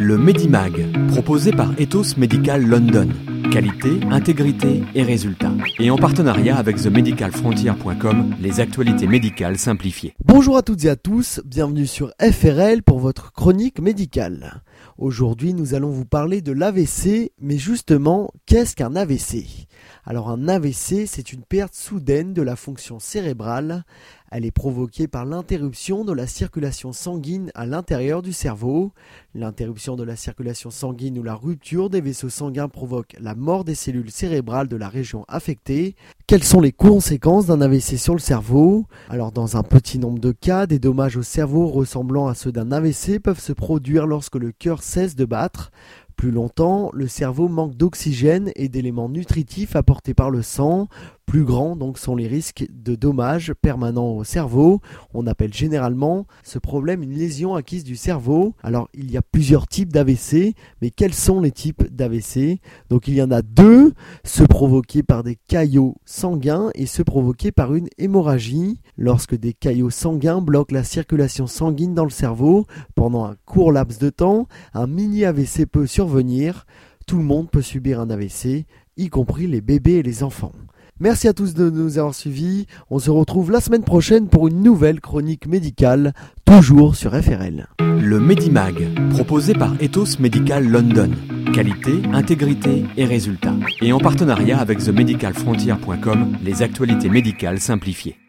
Le Medimag, proposé par Ethos Medical London. Qualité, intégrité et résultats. Et en partenariat avec TheMedicalFrontier.com, les actualités médicales simplifiées. Bonjour à toutes et à tous, bienvenue sur FRL pour votre chronique médicale. Aujourd'hui, nous allons vous parler de l'AVC, mais justement, qu'est-ce qu'un AVC ? Alors un AVC, c'est une perte soudaine de la fonction cérébrale. Elle est provoquée par l'interruption de la circulation sanguine à l'intérieur du cerveau. L'interruption de la circulation sanguine ou la rupture des vaisseaux sanguins provoque la mort des cellules cérébrales de la région affectée. Quelles sont les conséquences d'un AVC sur le cerveau ? Alors dans un petit nombre de cas, des dommages au cerveau ressemblant à ceux d'un AVC peuvent se produire lorsque le cœur cesse de battre. Plus longtemps, le cerveau manque d'oxygène et d'éléments nutritifs apportés par le sang. Plus grands donc sont les risques de dommages permanents au cerveau. On appelle généralement ce problème une lésion acquise du cerveau. Alors il y a plusieurs types d'AVC, mais quels sont les types d'AVC ? Donc il y en a deux, ceux provoqués par des caillots sanguins et ceux provoqués par une hémorragie. Lorsque des caillots sanguins bloquent la circulation sanguine dans le cerveau pendant un court laps de temps, un mini AVC peut survenir. Tout le monde peut subir un AVC, y compris les bébés et les enfants. Merci à tous de nous avoir suivis. On se retrouve la semaine prochaine pour une nouvelle chronique médicale, toujours sur FRL. Le Medimag, proposé par Ethos Medical London. Qualité, intégrité et résultats. Et en partenariat avec TheMedicalFrontier.com, les actualités médicales simplifiées.